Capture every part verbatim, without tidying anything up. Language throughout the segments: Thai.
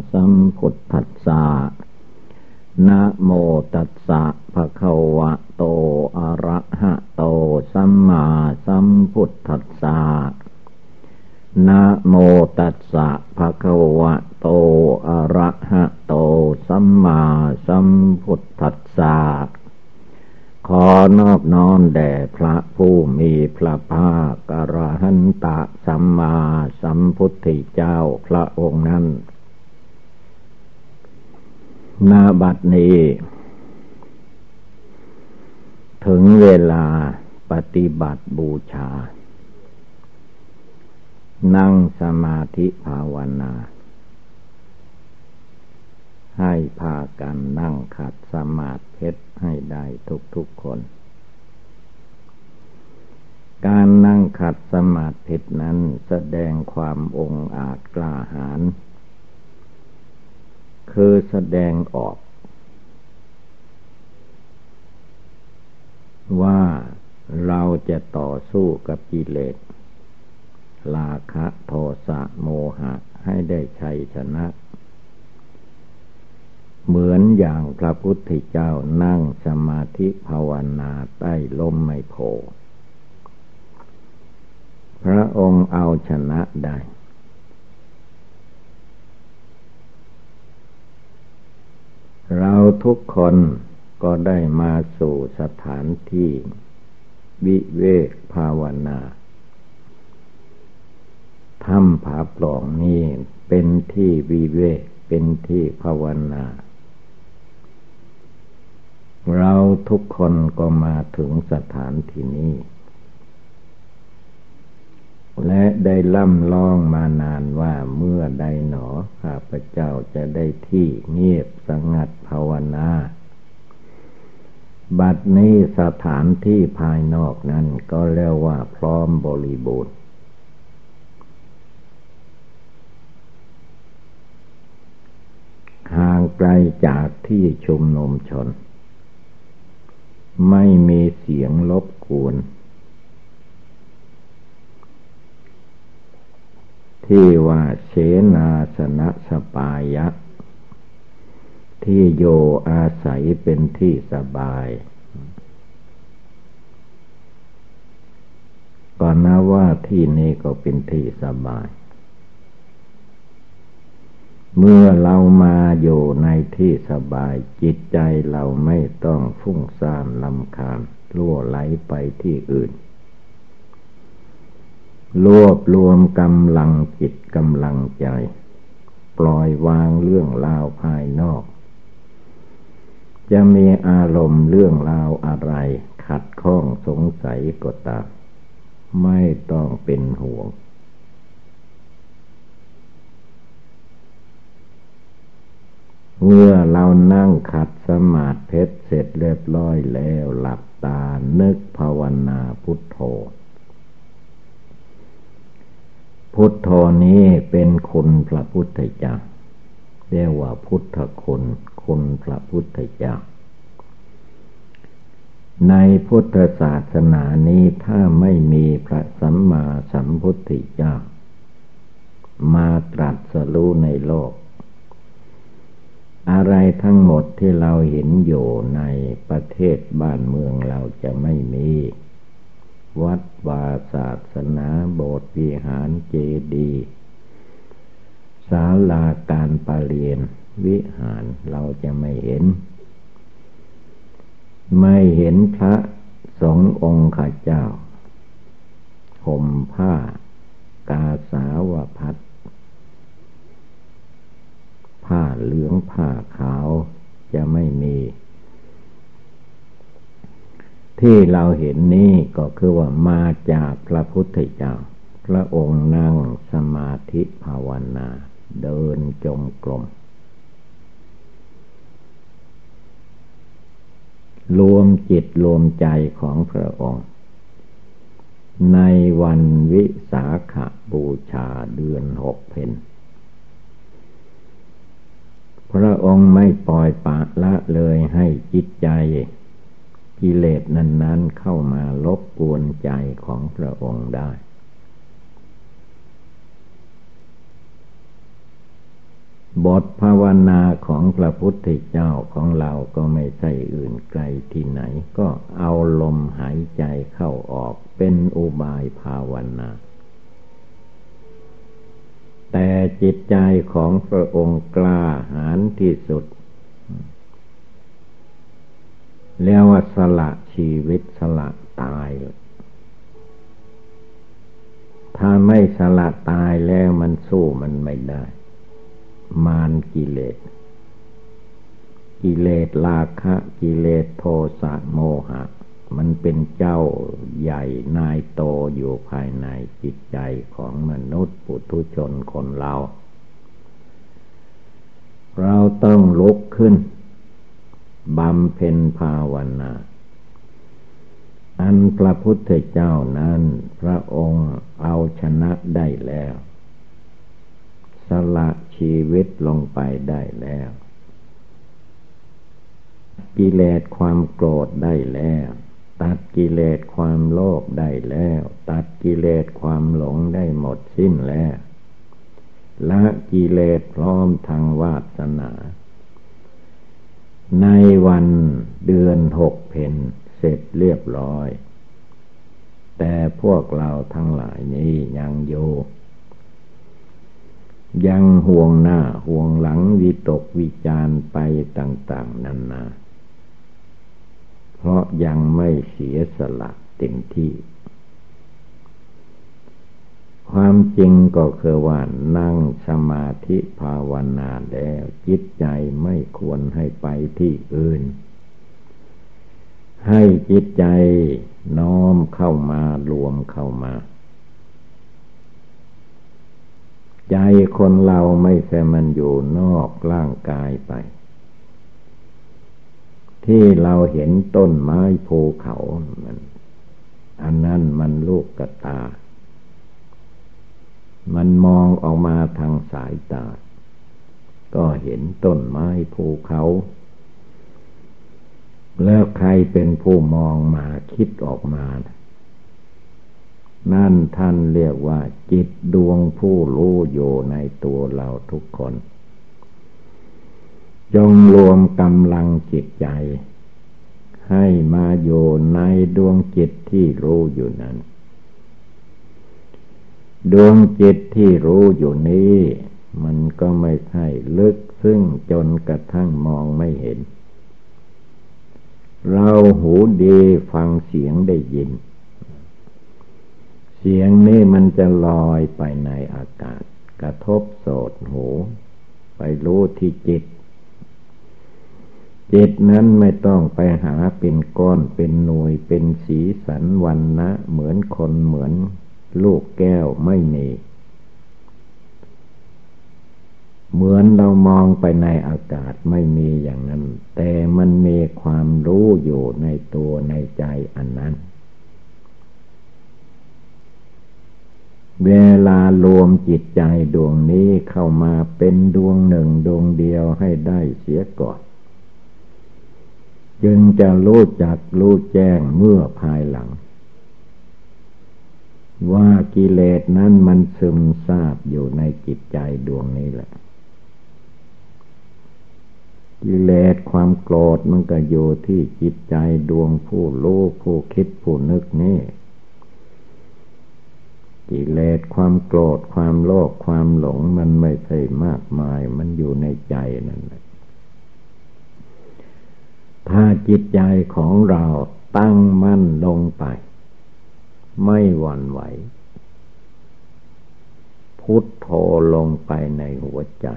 สัมพุทธัสสะนะโมตัสสะภะคะวะโตอะระหะโตสัมมาสัมพุทธัสสะนะโมตัสสะภะคะวะโตอะระหะโตสัมมาสัมพุทธัสสะขอนอบน้อมแด่พระผู้มีพระภาคอรหันตสัมมาสัมพุทธเจ้าพระองค์นั้นณ บัดนี้ถึงเวลาปฏิบัติบูชานั่งสมาธิภาวนาให้พากันนั่งขัดสมาธิให้ได้ทุกๆคนการนั่งขัดสมาธินั้นแสดงความองอาจกล้าหาญคือแสดงออกว่าเราจะต่อสู้กับกิเลสราคะโทสะโมหะให้ได้ชัยชนะเหมือนอย่างพระพุทธเจ้านั่งสมาธิภาวนาใต้ร่มไมโพธิ์พระองค์เอาชนะได้เราทุกคนก็ได้มาสู่สถานที่วิเวกภาวนาถ้ำผาปล่องนี้เป็นที่วิเวกเป็นที่ภาวนาเราทุกคนก็มาถึงสถานที่นี้และได้ล่ำลองมานานว่าเมื่อใดหนอข้าพเจ้าจะได้ที่เงียบสงัดภาวนาบัดนี้สถานที่ภายนอกนั้นก็เรียกว่าพร้อมบริบูรณ์ห่างไกลจากที่ชุมนุมชนไม่มีเสียงรบกวนที่ว่าเสนาสนะสปายะที่โยอาศัยเป็นที่สบายก่อนนะว่าที่นี้ก็เป็นที่สบายเมื่อเรามาอยู่ในที่สบายจิตใจเราไม่ต้องฟุ้งซ่านรำคาญล่วไหลไปที่อื่นรวบรวมกำลังจิตกำลังใจปล่อยวางเรื่องราวภายนอกจะมีอารมณ์เรื่องราวอะไรขัดข้องสงสัยก็ตามไม่ต้องเป็นห่วงเมื่อเรานั่งขัดสมาธิเสร็จเรียบร้อยแล้วหลับตานึกภาวนาพุทโธพุทโธนี้เป็นคุณพระพุทธเจ้าเรียกว่าพุทธคุณคุณพระพุทธเจ้าในพุทธศาสนานี้ถ้าไม่มีพระสัมมาสัมพุทธเจ้ามาตรัสรู้ในโลกอะไรทั้งหมดที่เราเห็นอยู่ในประเทศบ้านเมืองเราจะไม่มีวัดวาศาสนาโบสถ์วิหารเจดีย์ศาลาการประเรียนวิหารเราจะไม่เห็นไม่เห็นพระสงฆ์องค์ข้าเจ้าห่มผ้ากาสาวพัสผ้าเหลืองผ้าขาวจะไม่มีที่เราเห็นนี้ก็คือว่ามาจากพระพุทธเจ้าพระองค์นั่งสมาธิภาวนาเดินจงกรมรวมจิตรวมใจของพระองค์ในวันวิสาขบูชาเดือนหกเพ็ญพระองค์ไม่ปล่อยปละละเลยให้จิตใจกิเลสนั้นๆเข้ามารบกวนใจของพระองค์ได้ เบทภาวนาของพระพุทธเจ้าของเราก็ไม่ใช่อื่นไกลที่ไหนก็เอาลมหายใจเข้าออกเป็นอุบายภาวนาแต่จิตใจของพระองค์กล้าหาญที่สุดเรียกว่าสละชีวิตสละตายถ้าไม่สละตายแล้วมันสู้มันไม่ได้มารกิเลสกิเลสราคะกิเลสโทสะโมหะมันเป็นเจ้าใหญ่นายโตอยู่ภายในจิตใจของมนุษย์ปุถุชนคนเราเราต้องลุกขึ้นบำเพ็ญภาวนาอันพระพุทธเจ้านั้นพระองค์เอาชนะได้แล้วสละชีวิตลงไปได้แล้วกิเลสความโกรธได้แล้วตัดกิเลสความโลภได้แล้วตัดกิเลสความหลงได้หมดสิ้นแล้วละกิเลสพร้อมทางวาสนาในวันเดือนหกเพ็ญเสร็จเรียบร้อยแต่พวกเราทั้งหลายนี้ยังอยู่ยังห่วงหน้าห่วงหลังวิตกวิจารไปต่างๆนานาเพราะยังไม่เสียสละเต็มที่ความจริงก็คือว่านั่งสมาธิภาวนาแล้วจิตใจไม่ควรให้ไปที่อื่นให้จิตใจน้อมเข้ามารวมเข้ามาใจคนเราไม่ใช่มันอยู่นอกร่างกายไปที่เราเห็นต้นไม้ภูเขามันอันนั้นมันลูกกระตามันมองออกมาทางสายตาก็เห็นต้นไม้ภูเขาแล้วใครเป็นผู้มองมาคิดออกมานั่นท่านเรียกว่าจิตดวงผู้รู้อยู่ในตัวเราทุกคนจงรวมกำลังจิตใจให้มาอยู่ในดวงจิตที่รู้อยู่นั้นดวงจิตที่รู้อยู่นี้มันก็ไม่ใช่ลึกซึ้งจนกระทั่งมองไม่เห็นเราหูดีฟังเสียงได้ยินเสียงนี้มันจะลอยไปในอากาศกระทบโสตหูไปรู้ที่จิตจิตนั้นไม่ต้องไปหาเป็นก้อนเป็นหน่วยเป็นสีสันวรรณะเหมือนคนเหมือนลูกแก้วไม่มีเหมือนเรามองไปในอากาศไม่มีอย่างนั้นแต่มันมีความรู้อยู่ในตัวในใจอันนั้นเวลารวมจิตใจดวงนี้เข้ามาเป็นดวงหนึ่งดวงเดียวให้ได้เสียก่อนจึงจะรู้จักรู้แจ้งเมื่อภายหลังว่ากิเลสนั้นมันซึมซาบอยู่ในจิตใจดวงนี้แหละกิเลสความโกรธมันก็อยู่ที่จิตใจดวงผู้รู้ผู้คิดผู้นึกนี่กิเลสความโกรธความโลภความหลงมันไม่ใช่มากมายมันอยู่ในใจนั่นแหละถ้าจิตใจของเราตั้งมั่นลงไปไม่หวั่นไหวพุทโธลงไปในหัวใจ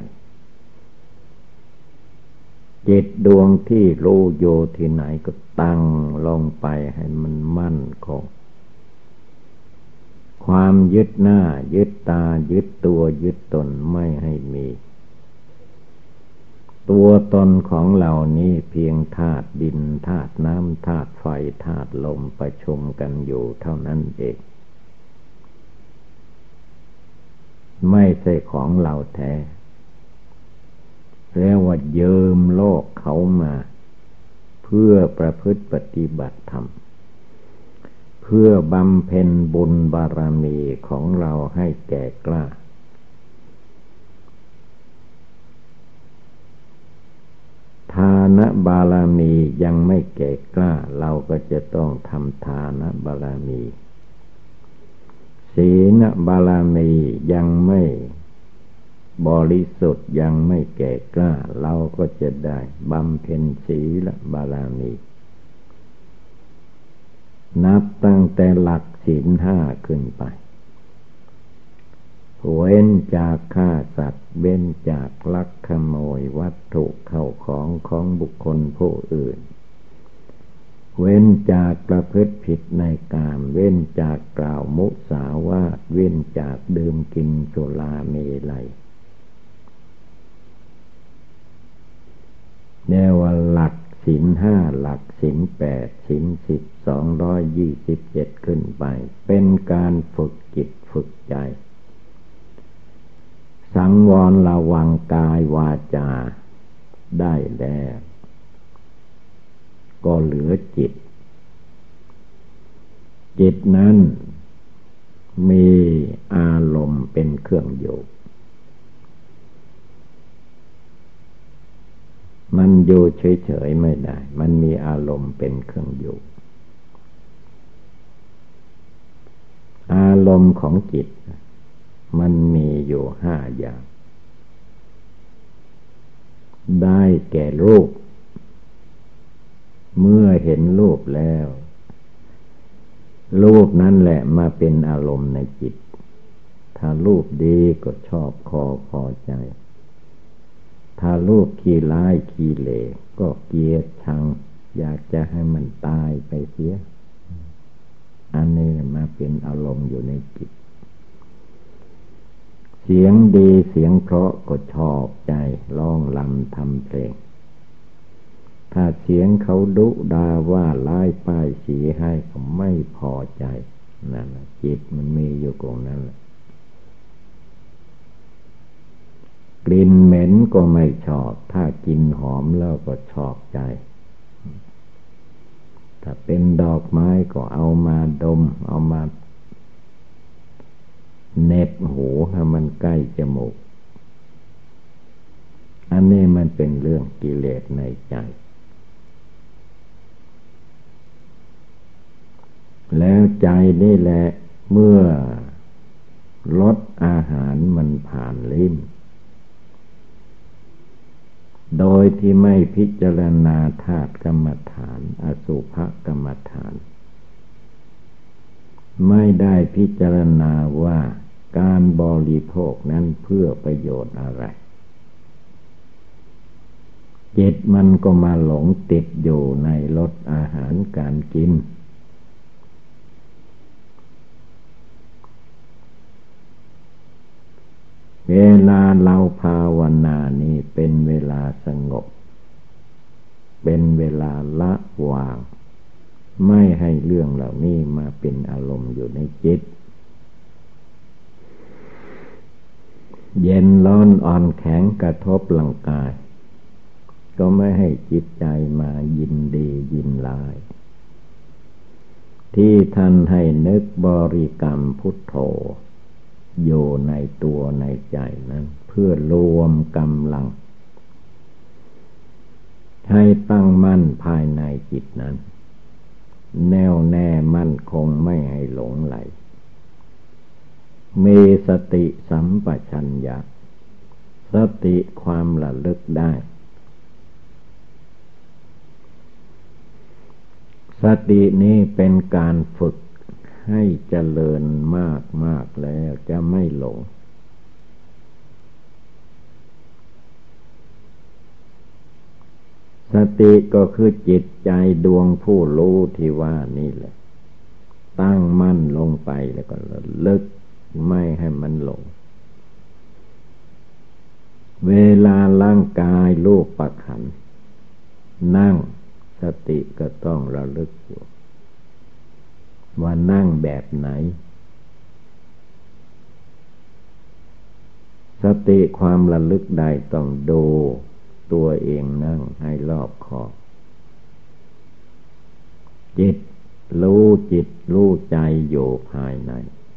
จิตดวงที่รู้อยู่ที่ไหนก็ตั้งลงไปให้มันมั่นคงความยึดหน้ายึดตายึดตัวยึดตนไม่ให้มีตัวตนของเรานี้เพียงธาตุดินธาตุน้ำธาตุไฟธาตุลมประชุมกันอยู่เท่านั้นเองไม่ใช่ของเราแท้เรียกว่ายืมโลกเขามาเพื่อประพฤติปฏิบัติธรรมเพื่อบำเพ็ญบุญบารมีของเราให้แก่กล้าทานบารมียังไม่แก่กล้าเราก็จะต้องทำทานบารมีศีลบารมียังไม่บริสุทธิ์ยังไม่แก่กล้าเราก็จะได้บำเพ็ญศีลบารมีนับตั้งแต่หลักศีลห้าขึ้นไปเว้นจากฆ่าสัตว์เว้นจากลักขโมยวัตถุเข้าของของบุคคลผู้อื่นเว้นจากประพฤติผิดในกามเว้นจากกล่าวมุสาวาทเว้นจากดื่มกินสุราเมลัยแนวหลักศีลห้าหลักศีลแปดศีลสิบสองร้อยยี่สิบเจ็ดขึ้นไปเป็นการฝึกจิตฝึกใจสังวรระวังกายวาจาได้แล้วก็เหลือจิตจิตนั้นมีอารมณ์เป็นเครื่องอยู่มันอยู่เฉยๆไม่ได้มันมีอารมณ์เป็นเครื่องอยู่อารมณ์ของจิตมันมีอยู่ห้าอย่างได้แก่รูปเมื่อเห็นรูปแล้วรูปนั่นแหละมาเป็นอารมณ์ในจิตถ้ารูปดีก็ชอบคอพอใจถ้ารูปขี้ร้ายขี้เหร่ก็เกลียดชังอยากจะให้มันตายไปเสียอันนี้มาเป็นอารมณ์อยู่ในจิตเสียงดีเสียงเพราะก็ชอบใจร้องรำทำเพลงถ้าเสียงเขาดุด่าว่าร้ายป้ายสีให้ก็ไม่พอใจนั่นแหละจิตมันมีอยู่ตรงนั้นแหละกลิ่นเหม็นก็ไม่ชอบถ้ากลิ่นหอมแล้วก็ชอบใจถ้าเป็นดอกไม้ก็เอามาดมเอามาเน็บหูให้มันใกล้จมูกอันนี้มันเป็นเรื่องกิเลสในใจแล้วใจนี่แหละเมื่อรสอาหารมันผ่านลิ้นโดยที่ไม่พิจารณาธาตุกรรมฐานอสุภกรรมฐานไม่ได้พิจารณาว่าการบริโภคนั้นเพื่อประโยชน์อะไรจิตมันก็มาหลงติดอยู่ในรสอาหารการกินเวลาเราภาวนานี่เป็นเวลาสงบเป็นเวลาละวางไม่ให้เรื่องเหล่านี้มาเป็นอารมณ์อยู่ในจิตเย็นร้อนอ่อนแข็งกระทบร่างกายก็ไม่ให้จิตใจมายินดียินร้ายที่ท่านให้นึกบริกรรมพุทโธอยู่ในตัวในใจนั้นเพื่อรวมกำลังให้ตั้งมั่นภายในจิตนั้นแน่วแน่มั่นคงไม่ให้หลงไหลมีสติสัมปชัญญะสติความระลึกได้สตินี้เป็นการฝึกให้เจริญมากมากแล้วจะไม่หลงสติก็คือจิตใจดวงผู้รู้ที่ว่านี่แหละตั้งมั่นลงไปแล้วก็ระลึกไม่ให้มันหลงเวลาร่างกายรูปประขันนั่งสติก็ต้องระลึกอยู่ว่านั่งแบบไหนสติความระลึกใดต้องดูตัวเองนั่งให้รอบคอบจิตรู้จิตรู้ใจอยู่ภายใน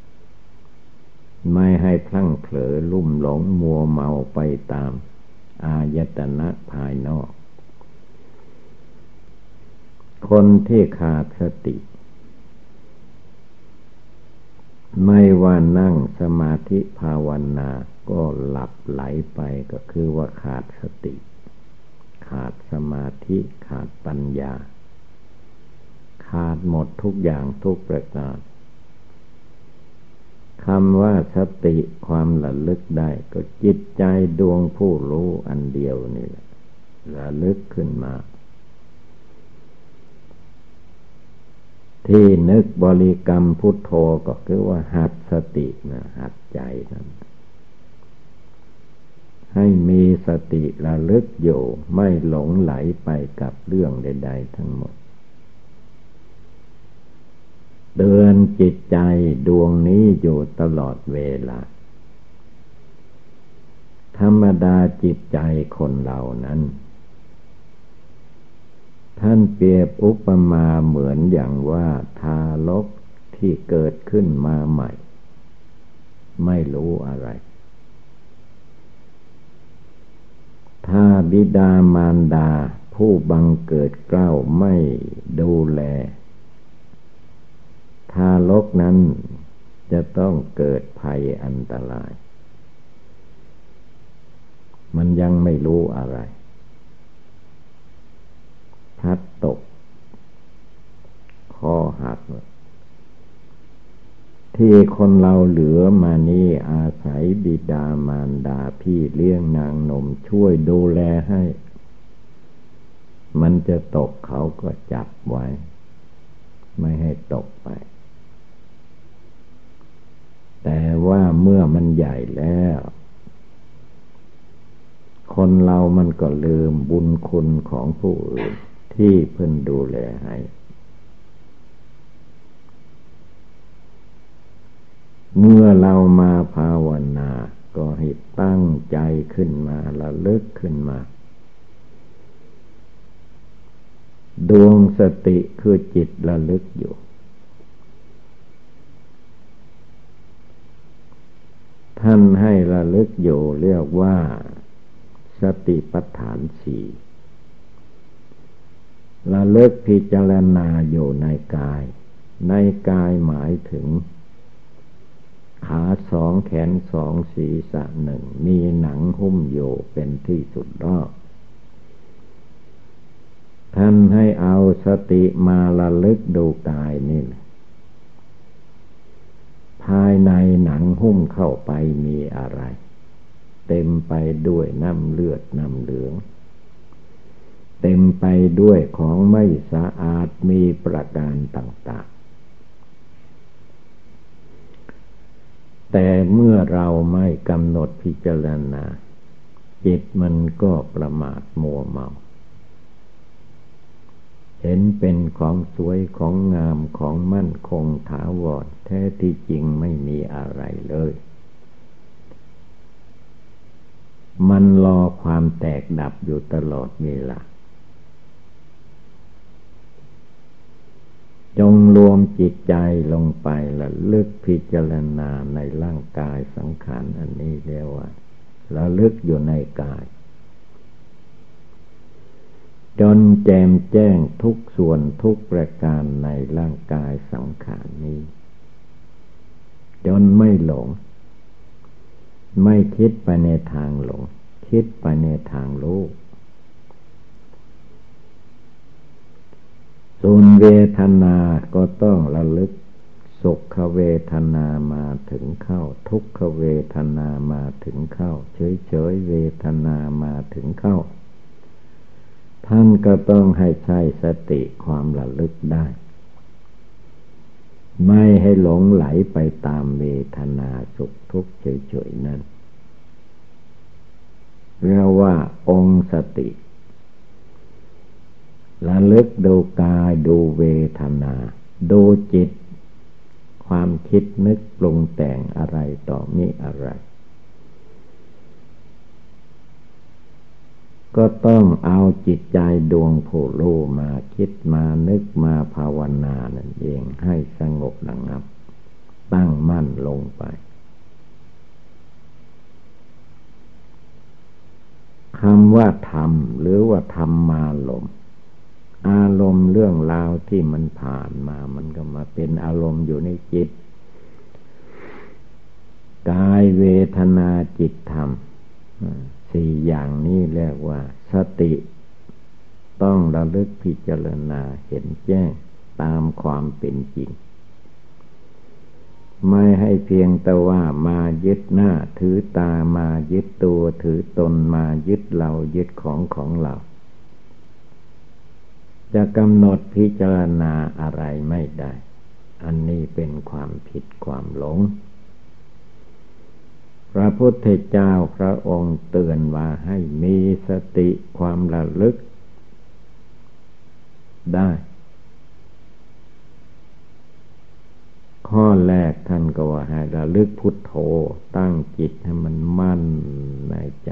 ไม่ให้พลั้งเผลอลุ่มหลงมัวเมาไปตามอายตนะภายนอกคนที่ขาดสติไม่ว่านั่งสมาธิภาวนาก็หลับไหลไปก็คือว่าขาดสติขาดสมาธิขาดปัญญาขาดหมดทุกอย่างทุกประการคำว่าสติความระลึกได้ก็จิตใจดวงผู้รู้อันเดียวนี่แหละระลึกขึ้นมาที่นึกบริกรรมพุทโธก็คือว่าหัดสตินะหัดใจนั้นให้มีสติระลึกอยู่ไม่หลงไหลไปกับเรื่องใดๆทั้งหมดเตือนจิตใจดวงนี้อยู่ตลอดเวลาธรรมดาจิตใจคนเรานั้นท่านเปรียบอุปมาเหมือนอย่างว่าทารกที่เกิดขึ้นมาใหม่ไม่รู้อะไรถ้าบิดามารดาผู้บังเกิดเกล้าไม่ดูแลทารกนั้นจะต้องเกิดภัยอันตรายมันยังไม่รู้อะไรพลัดตกคอหักที่คนเราเหลือมานี้อาศัยบิดามารดาพี่เลี้ยงนางนมช่วยดูแลให้มันจะตกเขาก็จับไว้ไม่ให้ตกไปแต่ว่าเมื่อมันใหญ่แล้วคนเรามันก็ลืมบุญคุณของผู้อื่นที่เพิ่นดูแลให้เมื่อเรามาภาวนาก็ให้ตั้งใจขึ้นมาระลึกขึ้นมาดวงสติคือจิตระลึกอยู่ท่านให้ระลึกอยู่เรียกว่าสติปัฏฐานสี่ระลึกพิจารณาอยู่ในกายในกายหมายถึงขาสองแขนสองศีรษะหนึ่งมีหนังหุ้มอยู่เป็นที่สุดรอบท่านให้เอาสติมาระลึกดูกายนี่ภายในหนังหุ้มเข้าไปมีอะไรเต็มไปด้วยน้ำเลือดน้ำเหลืองเต็มไปด้วยของไม่สะอาดมีประการต่างๆแต่เมื่อเราไม่กำหนดพิจารณาจิตมันก็ประมาทมัวเมาเห็นเป็นของสวยของงามของมั่นคงถาวรแท้ที่จริงไม่มีอะไรเลยมันรอความแตกดับอยู่ตลอดเวลาจงรวมจิตใจลงไปและลึกพิจารณาในร่างกายสังขารอันนี้เรียกว่าระลึกอยู่ในกายจนแจ่มแจ้งทุกส่วนทุกประการในร่างกายสังขารนี้จนไม่หลงไม่คิดไปในทางหลงคิดไปในทางรู้ส่วนเวทนาก็ต้องระลึกสุขเวทนามาถึงเข้าทุกขเวทนามาถึงเข้าเฉยๆเวทนามาถึงเข้าท่านก็ต้องให้ใช้สติความระลึกได้ไม่ให้หลงไหลไปตามเวทนาสุขทุกข์เฉยๆนั้นเรียกว่าองค์สติระลึกดูกายดูเวทนาดูจิตความคิดนึกปรุงแต่งอะไรต่อมิอะไรก็ต้องเอาจิตใจดวงผู้รู้มาคิดมานึกมาภาวนานั่นเองให้สงบระงับตั้งมั่นลงไปคำว่าธรรมหรือว่าธรรมารมณ์อารมณ์เรื่องราวที่มันผ่านมามันก็มาเป็นอารมณ์อยู่ในจิตกายเวทนาจิตธรรมสี่อย่างนี้เรียกว่าสติต้องระลึกพิจารณาเห็นแจ้งตามความเป็นจริงไม่ให้เพียงแต่ว่ามายึดหน้าถือตามายึดตัวถือตนมายึดเรายึดของของเราจะกำหนดพิจารณาอะไรไม่ได้อันนี้เป็นความผิดความหลงพระพุทธเจ้าพระองค์เตือนว่าให้มีสติความระลึกได้ข้อแรกท่านก็ว่าให้ระลึกพุทโธตั้งจิตให้มันมั่นในใจ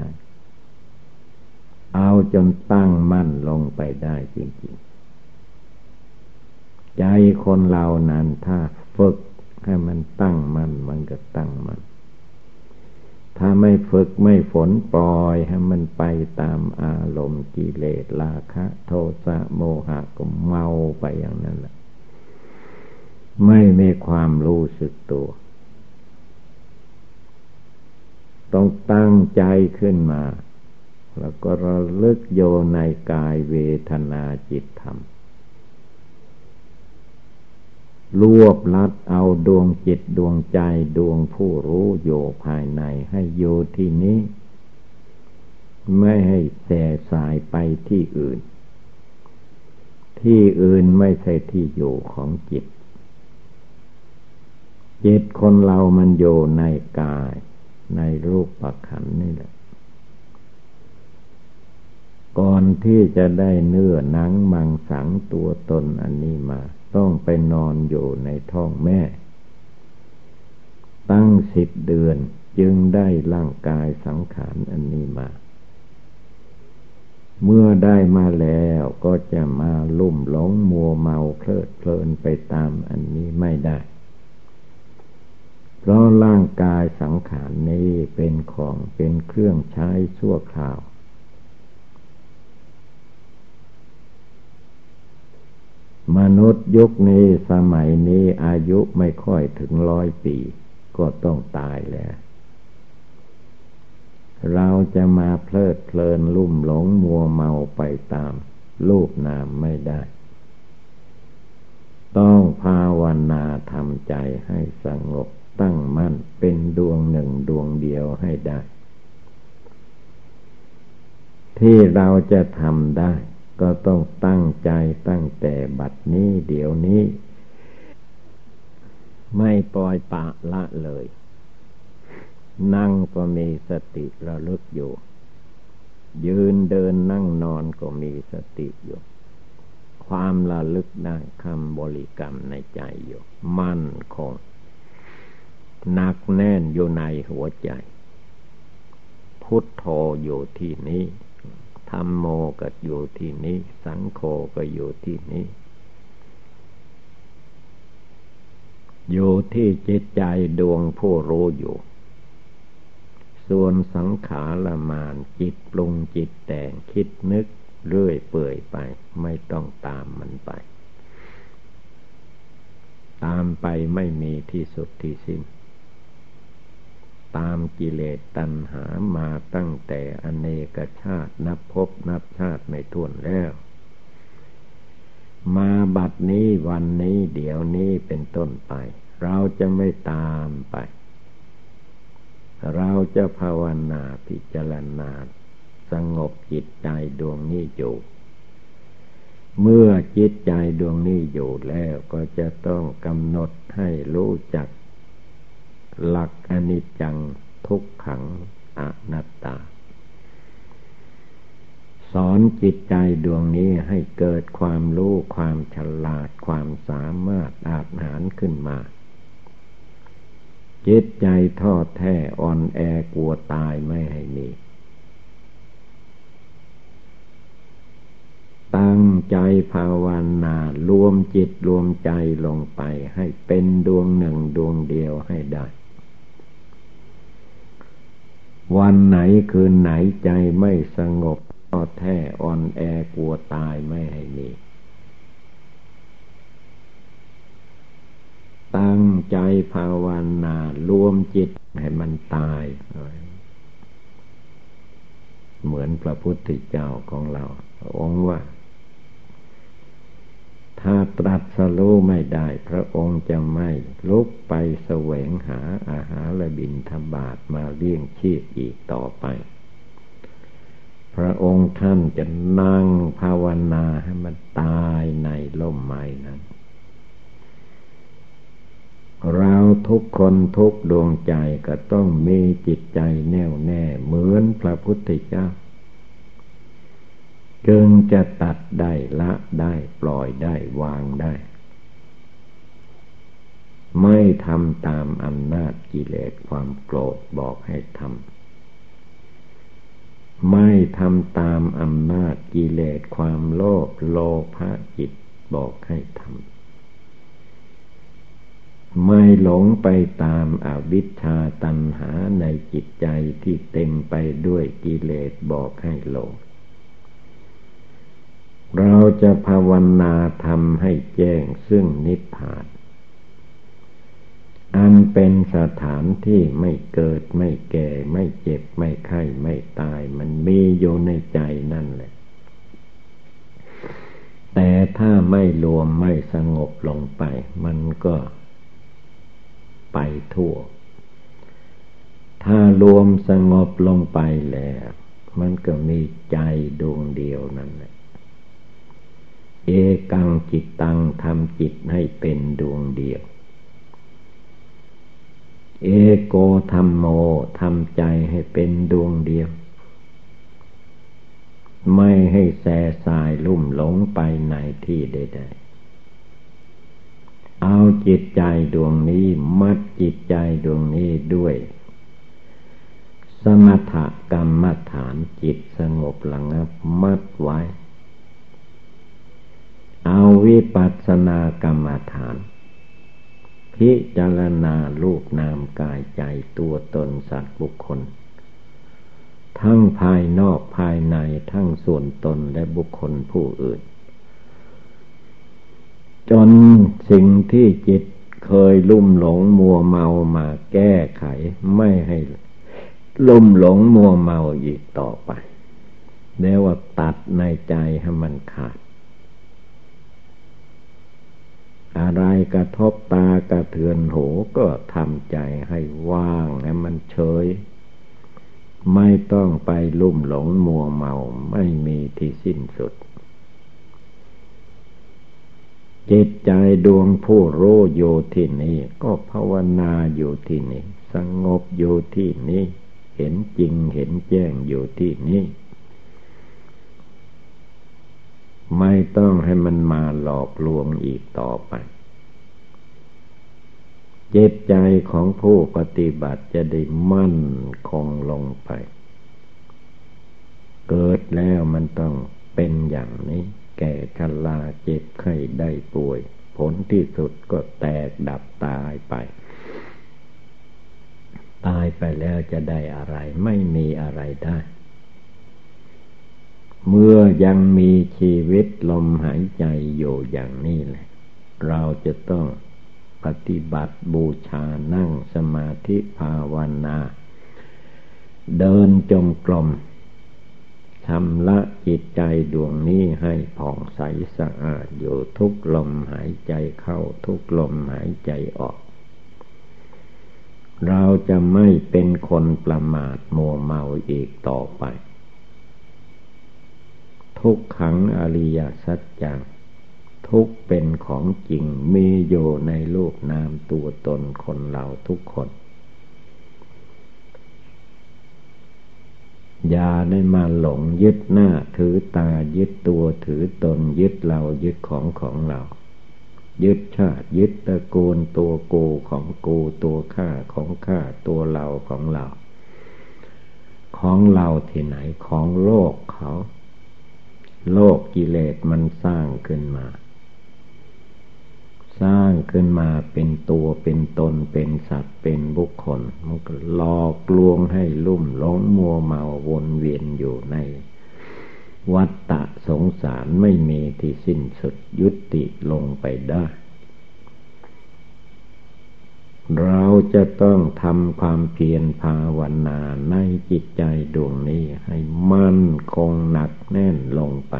เอาจนตั้งมั่นลงไปได้จริงๆใจคนเรานั้นถ้าฝึกให้มันตั้งมั่นมันก็ตั้งมั่นถ้าไม่ฝึกไม่ฝนปล่อยให้มันไปตามอารมณ์กิเลสราคะโทสะโมหะก็เมาไปอย่างนั้นแหละไม่มีความรู้สึกตัวต้องตั้งใจขึ้นมาแล้วก็ระลึกโยในกายเวทนาจิตธรรมรวบลัดเอาดวงจิตดวงใจดวงผู้รู้อยู่ภายในให้อยู่ที่นี้ไม่ให้แส่สายไปที่อื่นที่อื่นไม่ใช่ที่อยู่ของจิตจิตคนเรามันอยู่ในกายในรูปขันธ์นี่แหละก่อนที่จะได้เนื้อหนังมังสังตัวตนอันนี้มาต้องไปนอนอยู่ในท้องแม่ตั้งสิบเดือนจึงได้ร่างกายสังขารอันนี้มาเมื่อได้มาแล้วก็จะมาลุ่มหลงมัวเมาเพลิดเพลินไปตามอันนี้ไม่ได้เพราะร่างกายสังขารนี้เป็นของเป็นเครื่องใช้ชั่วคราวมนุษย์ยุคนี้สมัยนี้อายุไม่ค่อยถึงร้อยปีก็ต้องตายแล้วเราจะมาเพลิดเพลินลุ่มหลงมัวเมาไปตามรูปนามไม่ได้ต้องภาวนาทำใจให้สงบตั้งมั่นเป็นดวงหนึ่งดวงเดียวให้ได้ที่เราจะทำได้ก็ต้องตั้งใจตั้งแต่บัดนี้เดี๋ยวนี้ไม่ปล่อยปละละเลยนั่งก็มีสติระลึกอยู่ยืนเดินนั่งนอนก็มีสติอยู่ความระลึกได้คำบริกรรมในใจอยู่มั่นคงหนักแน่นอยู่ในหัวใจพุทโธอยู่ที่นี้ธัมโมก็อยู่ที่นี้สังโฆก็อยู่ที่นี้อยู่ที่จิตใจดวงผู้รู้อยู่ส่วนสังขารมานจิตปรุงจิตแต่งคิดนึกเรื่อยเปื่อยไปไม่ต้องตามมันไปตามไปไม่มีที่สุดที่สิ้นตามกิเลสตัณหามาตั้งแต่อเนกชาตินับพบนับชาติไม่ถ้วนแล้วมาบัดนี้วันนี้เดี๋ยวนี้เป็นต้นไปเราจะไม่ตามไปเราจะภาวนาพิจารณาสงบจิตใจดวงนี้อยู่เมื่อจิตใจดวงนี้อยู่แล้วก็จะต้องกำหนดให้รู้จักหลักอนิจจังทุกขังอนัตตาสอนจิตใจดวงนี้ให้เกิดความรู้ความฉลาดความสามารถอาจหาญขึ้นมาจิตใจท้อแท้อ่อนแอกลัวตายไม่ให้มีตั้งใจภาวนารวมจิตรวมใจลงไปให้เป็นดวงหนึ่งดวงเดียวให้ได้วันไหนคืนไหนใจไม่สงบท้อแท้อ่อนแอกลัวตายไม่ให้มีตั้งใจภาวนารวมจิตให้มันตายเหมือนพระพุทธเจ้าของเราองค์ว่าถ้าตรัสรู้ไม่ได้พระองค์จะไม่ลุกไปแสวงหาอาหารและบิณฑบาตมาเลี้ยงชีพอีกต่อไปพระองค์ท่านจะนั่งภาวนาให้มันตายในร่มไม้นั้นเราทุกคนทุกดวงใจก็ต้องมีจิตใจแน่วแน่เหมือนพระพุทธเจ้าจึงจะตัดได้ละได้ปล่อยได้วางได้ไม่ทำตามอำนาจกิเลสความโกรธบอกให้ทำไม่ทำตามอำนาจกิเลสความโลภโลภะจิตบอกให้ทำไม่หลงไปตามอวิชชาตัณหาในจิตใจที่เต็มไปด้วยกิเลสบอกให้หลงเราจะภาวนาทำให้แจ้งซึ่งนิพพานอันเป็นสถานที่ไม่เกิดไม่แก่ไม่เจ็บไม่ไข้ไม่ตายมันมีอยู่ในใจนั่นแหละแต่ถ้าไม่รวมไม่สงบลงไปมันก็ไปทั่วถ้ารวมสงบลงไปแล้วมันก็มีใจดวงเดียวนั่นแหละเอกังจิตตังทำจิตให้เป็นดวงเดียวเอโกธัมโมทำใจให้เป็นดวงเดียวไม่ให้แส่สายลุ่มหลงไปในที่ใดๆเอาจิตใจดวงนี้มัดจิตใจดวงนี้ด้วยสมถกรรมฐานจิตสงบระงับมัดไว้เอาวิปัสสนากรรมฐานพิจารณารูปนามกายใจตัวตนสัตว์บุคคลทั้งภายนอกภายในทั้งส่วนตนและบุคคลผู้อื่นจนสิ่งที่จิตเคยลุ่มหลงมัวเมามาแก้ไขไม่ให้ลุ่มหลงมัวเมาอีกต่อไปแล้วว่าตัดในใจให้มันขาดอะไรกระทบตากระเทือนหูก็ทำใจให้ว่างให้มันเฉยไม่ต้องไปลุ่มหลงมัวเมาไม่มีที่สิ้นสุดจิตใจดวงผู้รู้อยู่ที่นี่ก็ภาวนาอยู่ที่นี่สงบอยู่ที่นี่เห็นจริงเห็นแจ้งอยู่ที่นี่ไม่ต้องให้มันมาหลอกลวงอีกต่อไปจิตใจของผู้ปฏิบัติจะได้มั่นคงลงไปเกิดแล้วมันต้องเป็นอย่างนี้แก่ชราเจ็บไข้ได้ป่วยผลที่สุดก็แตกดับตายไปตายไปแล้วจะได้อะไรไม่มีอะไรได้เมื่อยังมีชีวิตลมหายใจอยู่อย่างนี้แหละเราจะต้องปฏิบัติบูชานั่งสมาธิภาวนาเดินจงกรมชำระจิตใจดวงนี้ให้ผ่องใสสะอาดอยู่ทุกลมหายใจเข้าทุกลมหายใจออกเราจะไม่เป็นคนประมาทมัวเมาอีกต่อไปทุกขังอริยสัจจังทุกเป็นของจริงมีอยู่ในรูปนามตัวตนคนเราทุกคนอย่าได้มาหลงยึดหน้าถือตายึดตัวถือตนยึดเรายึดของของเรายึดชาติยึดตระกูลตัวกูของกูตัวข้าของข้าตัวเราของเราของเราที่ไหนของโลกเขาโลกกิเลสมันสร้างขึ้นมาสร้างขึ้นมาเป็นตัวเป็นตนเป็นสัตว์เป็นบุคคลมันก็หลอกลวงให้ลุ่มหลงมัวเมาวนเวียนอยู่ในวัฏฏะสงสารไม่มีที่สิ้นสุดยุติลงไปได้เราจะต้องทำความเพียรภาวนาในจิตใจดวงนี้ให้มั่นคงหนักแน่นลงไป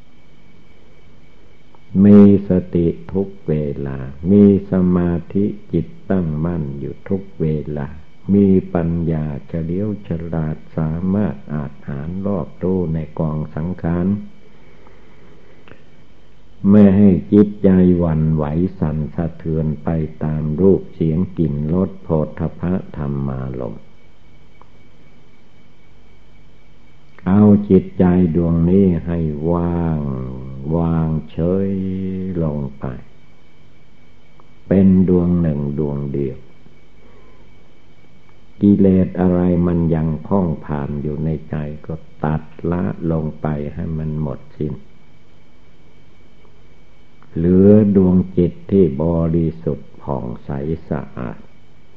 มีสติทุกเวลามีสมาธิจิตตั้งมั่นอยู่ทุกเวลามีปัญญาเฉลียวฉลาดสามารถอาจหารรอบรู้ในกองสังขารไม่ให้จิตใจหวั่นไหวสั่นสะเทือนไปตามรูปเสียงกลิ่นรสโผฏฐัพพะธรรมารมณ์เอาจิตใจดวงนี้ให้ว่างวางเฉยลงไปเป็นดวงหนึ่งดวงเดียวกิเลสอะไรมันยังพ่องผ่านอยู่ในใจก็ตัดละลงไปให้มันหมดสิ้นเหลือดวงจิตที่บริสุทธิ์ผ่องใสสะอาด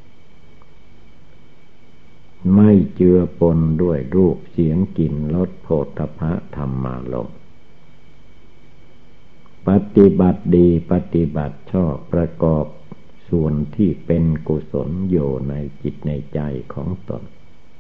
ไม่เจือปนด้วยรูปเสียงกลิ่นรสโผฏฐัพพะธรรมารมณ์ปฏิบัติดีปฏิบัติชอบประกอบส่วนที่เป็นกุศลอยู่ในจิตในใจของตน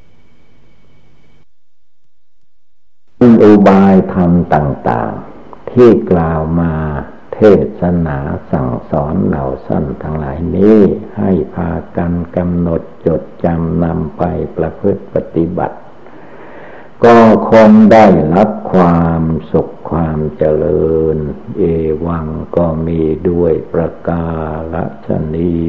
อุบายธรรมต่างๆที่กล่าวมาเทศนาสั่งสอนเหล่าท่านทั้งหลายนี้ให้พากันกำหนดจดจำนำไปประพฤติปฏิบัติก็คงได้รับความสุขความเจริญเอวังก็มีด้วยประกาศนี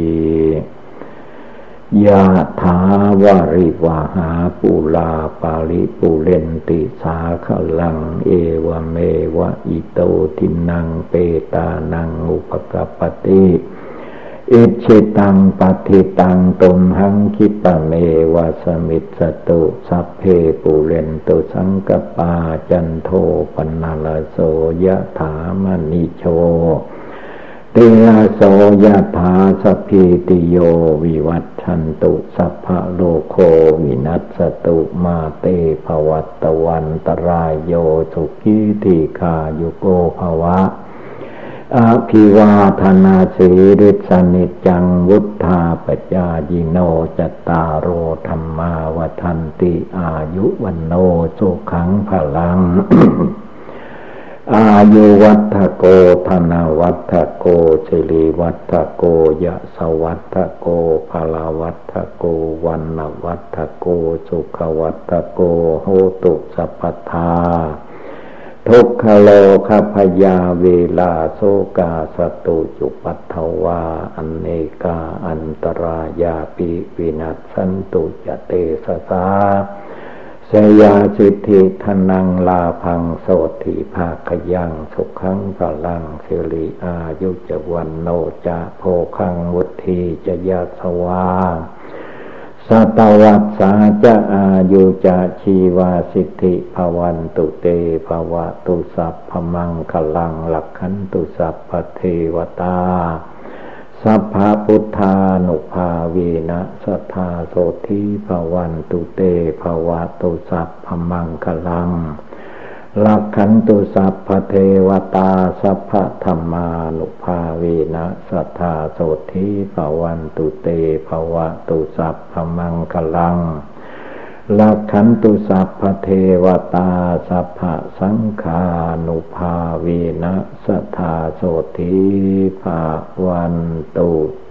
ยะถาวาริวหาปุลาปาริปุเรนติสาคลังเอวเมวะอิโตทินังเปตานังอุปกัปปติอิชิตังปฏิตังตุมหังคิปะเมวะสมิจฉตุสัพเพปุเรนตุสังกปาจันโทปนัลโสยะถามณิโชติราโสยะถาสัพพิติโยวิวัตชันตุสัพพะโลกโควินัสสตุมาเตภวัตวันตรายโยสุขีทีคายุโกภวะอภิวาทนาสีริสนิจังวุธาปจายิโนจตตารโอธรรมาวทันติอายุวันโนสุขังพลัง อายุวัฏโกธนาวัฏโกสิริวัฏโกยะสวัฏโกภลาวัฏโกวันนวัฏโกสุขวัฏโกโหตุสัพพทาทุกขโลคพยาเวลาโสกาสตุจุปัฏฐวาอเนกาอันตรายาปิวินัสสันตุจเตสสาสยาสิทธิธนังลาภังโสติภาคยังสุขังพลังสิริอายุจวันโนจะโพคังวุธีจะยะสวาสัตวัสสาจะอายุจะชีวาสิทธิภวันตุเตภวะตุสัพพมังคลังลักขันตุสัพพเทวตาสัพพพุทธานุภาเวนะสัทธาโสธิภวันตุเตภวะตุสัพพมังคลังลักขันตุสัพพเทวตาสัพพธรรมานุภาเวนะสัทธาโสธิภวันตุเตภวะตุสัพพมังคลังลักขันตุสัพพเทวตาสัพพสังฆานุภาเวนะสัทธาโสธิภวันตุเต